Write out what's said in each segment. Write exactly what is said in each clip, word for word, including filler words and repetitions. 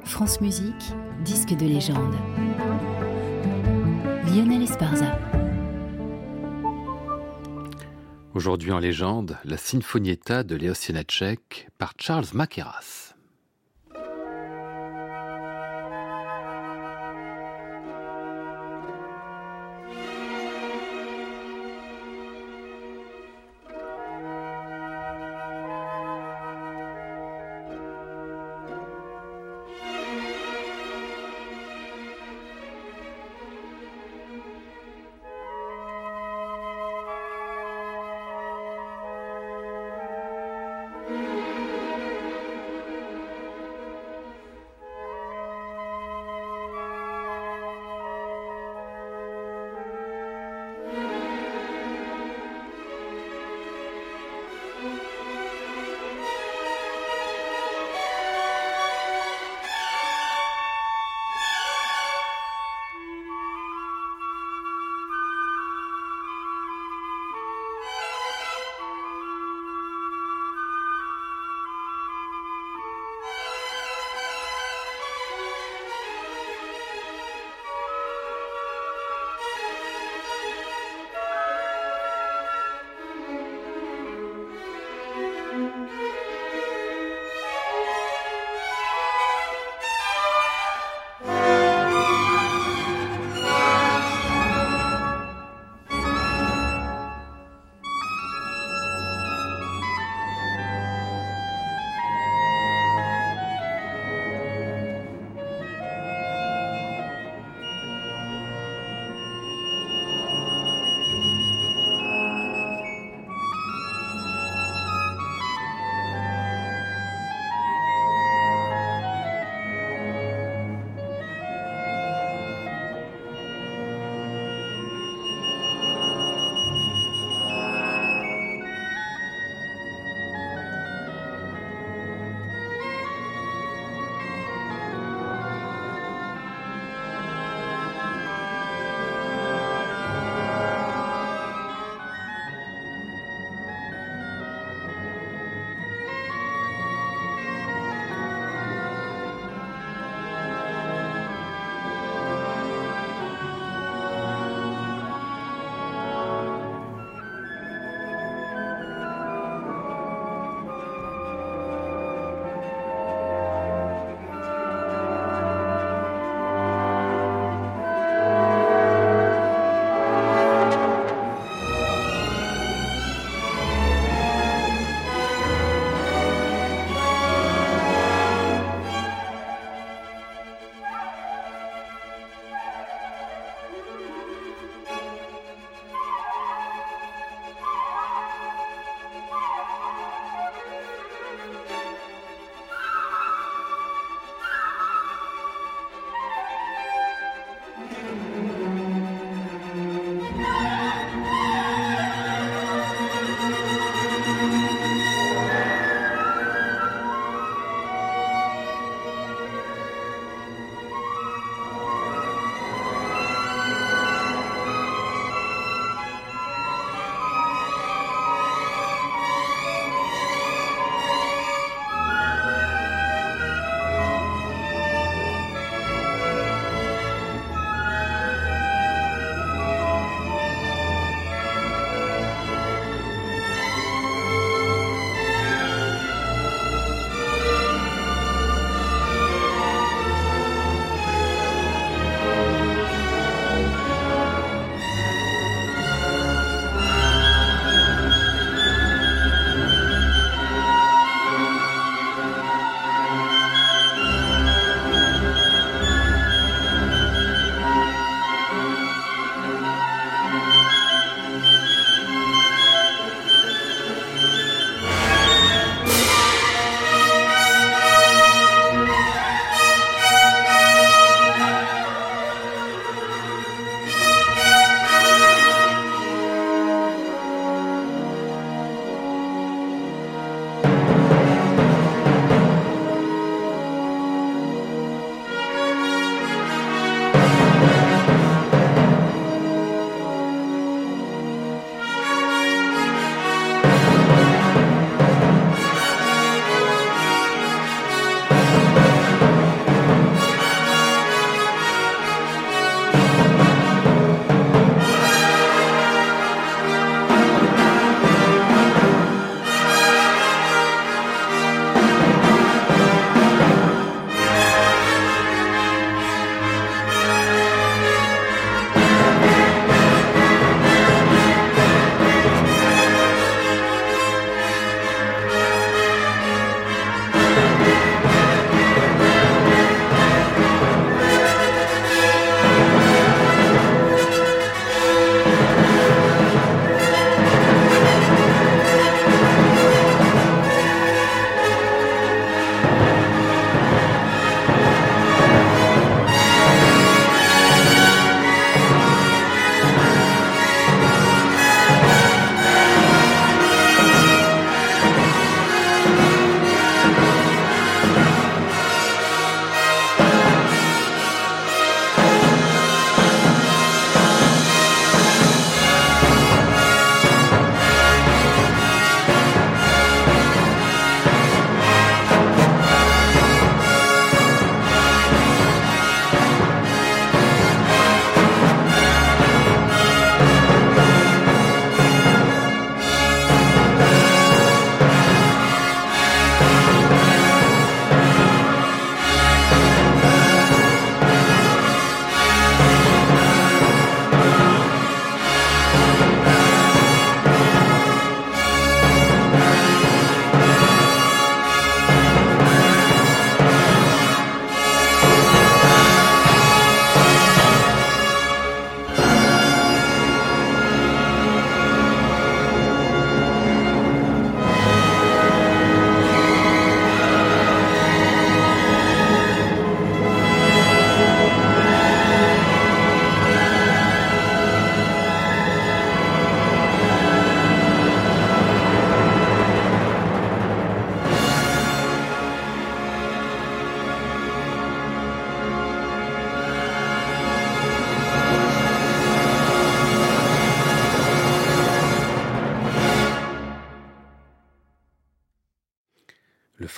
France Musique, disque de légende. Lionel Esparza. Aujourd'hui en légende, la Sinfonietta de Leos Janáček par Charles Mackerras.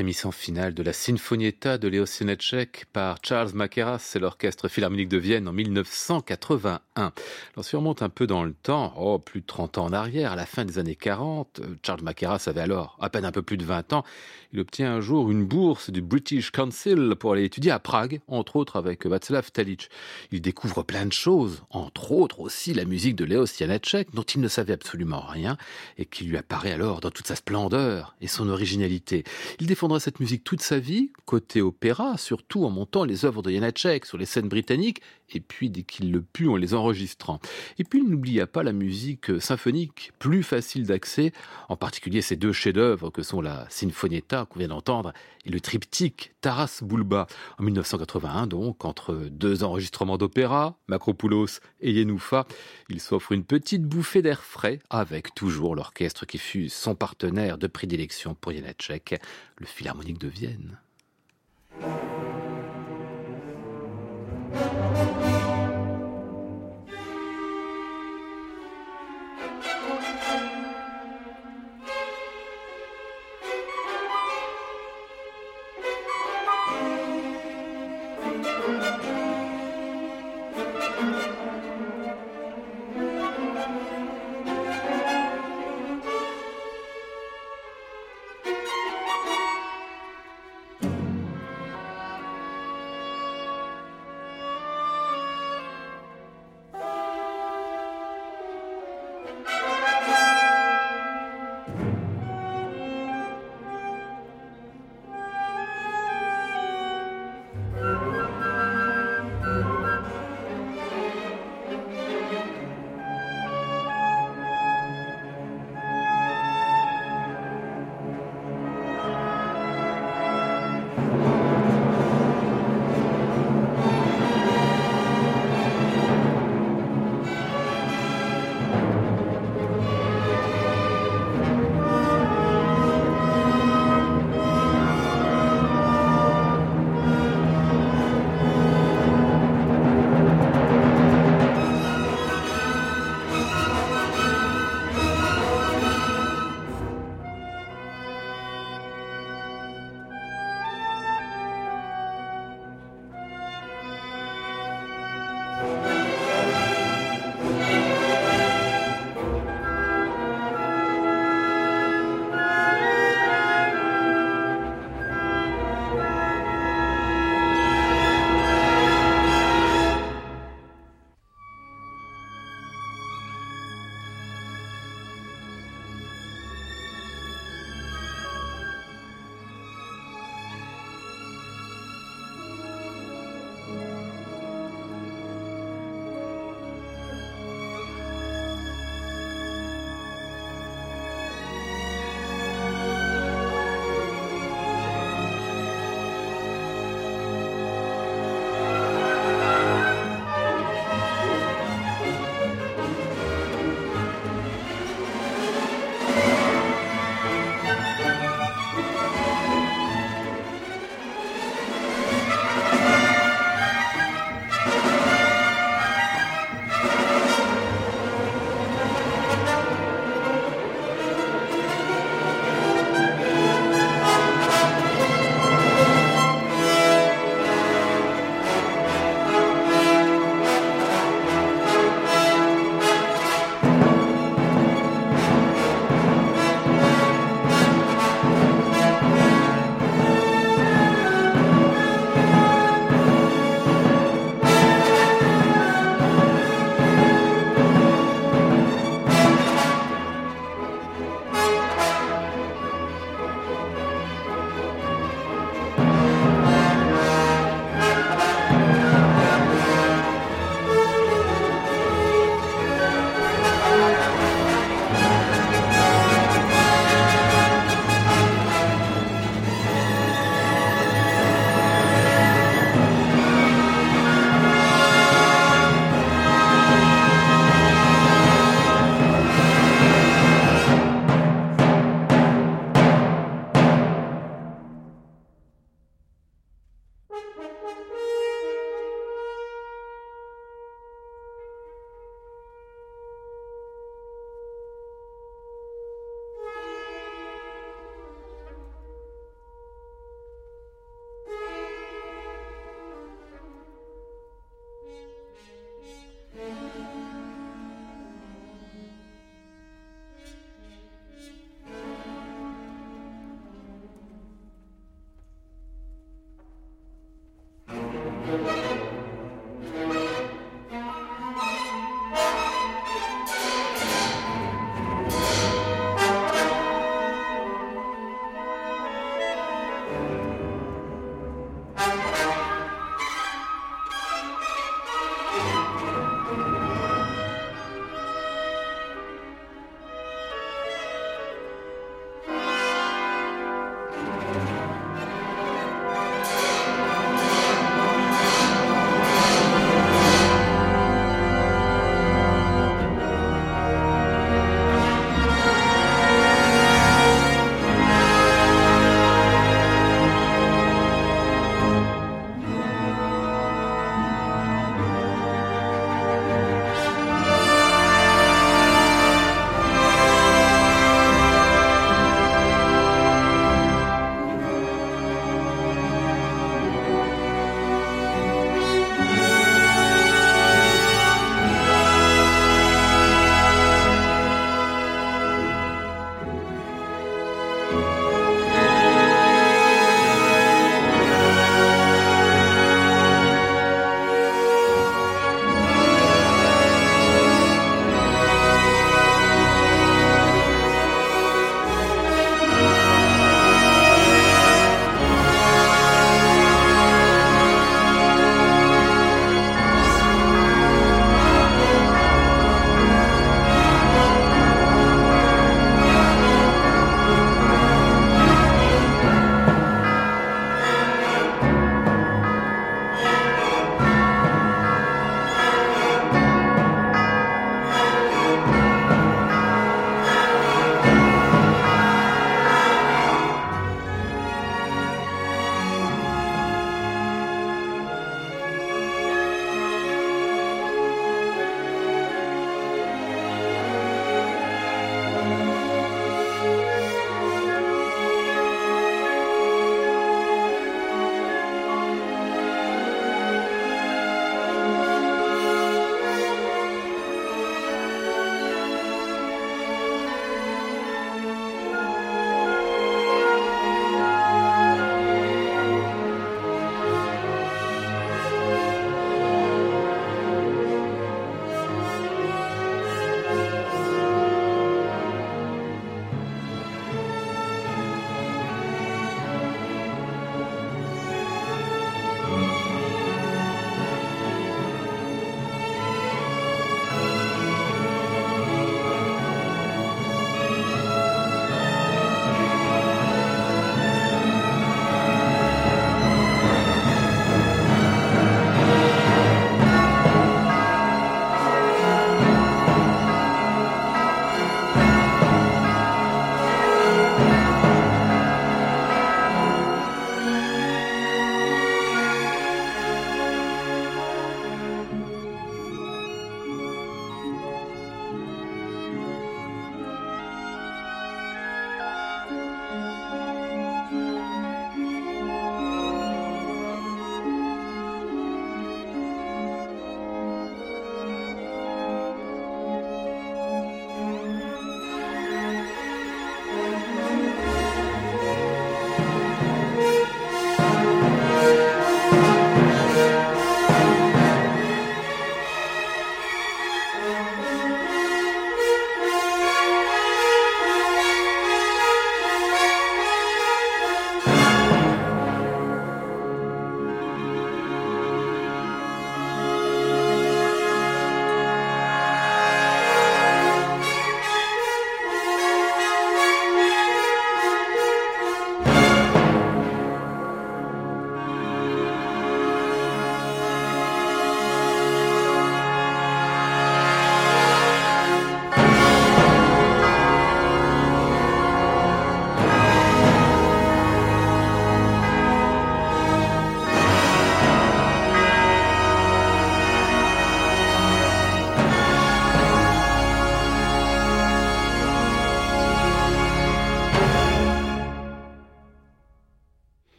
frémissant final de la Sinfonietta de Léos Janáček par Charles Mackerras et l'Orchestre Philharmonique de Vienne en mille neuf cent quatre-vingt-un. Alors si on remonte un peu dans le temps, oh, plus de trente ans en arrière, à la fin des années quarante, Charles Mackerras avait alors à peine un peu plus de vingt ans. Il obtient un jour une bourse du British Council pour aller étudier à Prague, entre autres avec Václav Talić. Il découvre plein de choses, entre autres aussi la musique de Léos Janáček, dont il ne savait absolument rien et qui lui apparaît alors dans toute sa splendeur et son originalité. Il défendra cette musique toute sa vie, côté opéra, surtout en montant les œuvres de Janáček sur les scènes britanniques, et puis dès qu'il le put en les enregistrant. Et puis il n'oublia pas la musique symphonique, plus facile d'accès, en particulier ces deux chefs-d'œuvre que sont la Sinfonietta qu'on vient d'entendre et le triptyque Taras Bulba. En mille neuf cent quatre-vingt-un donc, entre deux enregistrements d'opéra, Makropoulos et Yenoufa, il s'offre une petite bouffée d'air frais avec toujours l'orchestre qui fut son partenaire de prédilection pour Janáček, le Philharmonique de Vienne.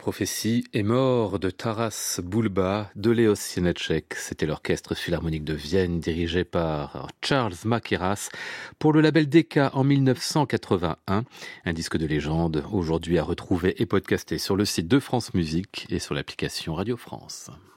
Prophétie est mort de Taras Bulba de Leos Janáček. C'était l'orchestre philharmonique de Vienne dirigé par Charles Mackerras pour le label Decca en mille neuf cent quatre-vingt-un. Un disque de légende aujourd'hui à retrouver et podcasté sur le site de France Musique et sur l'application Radio France.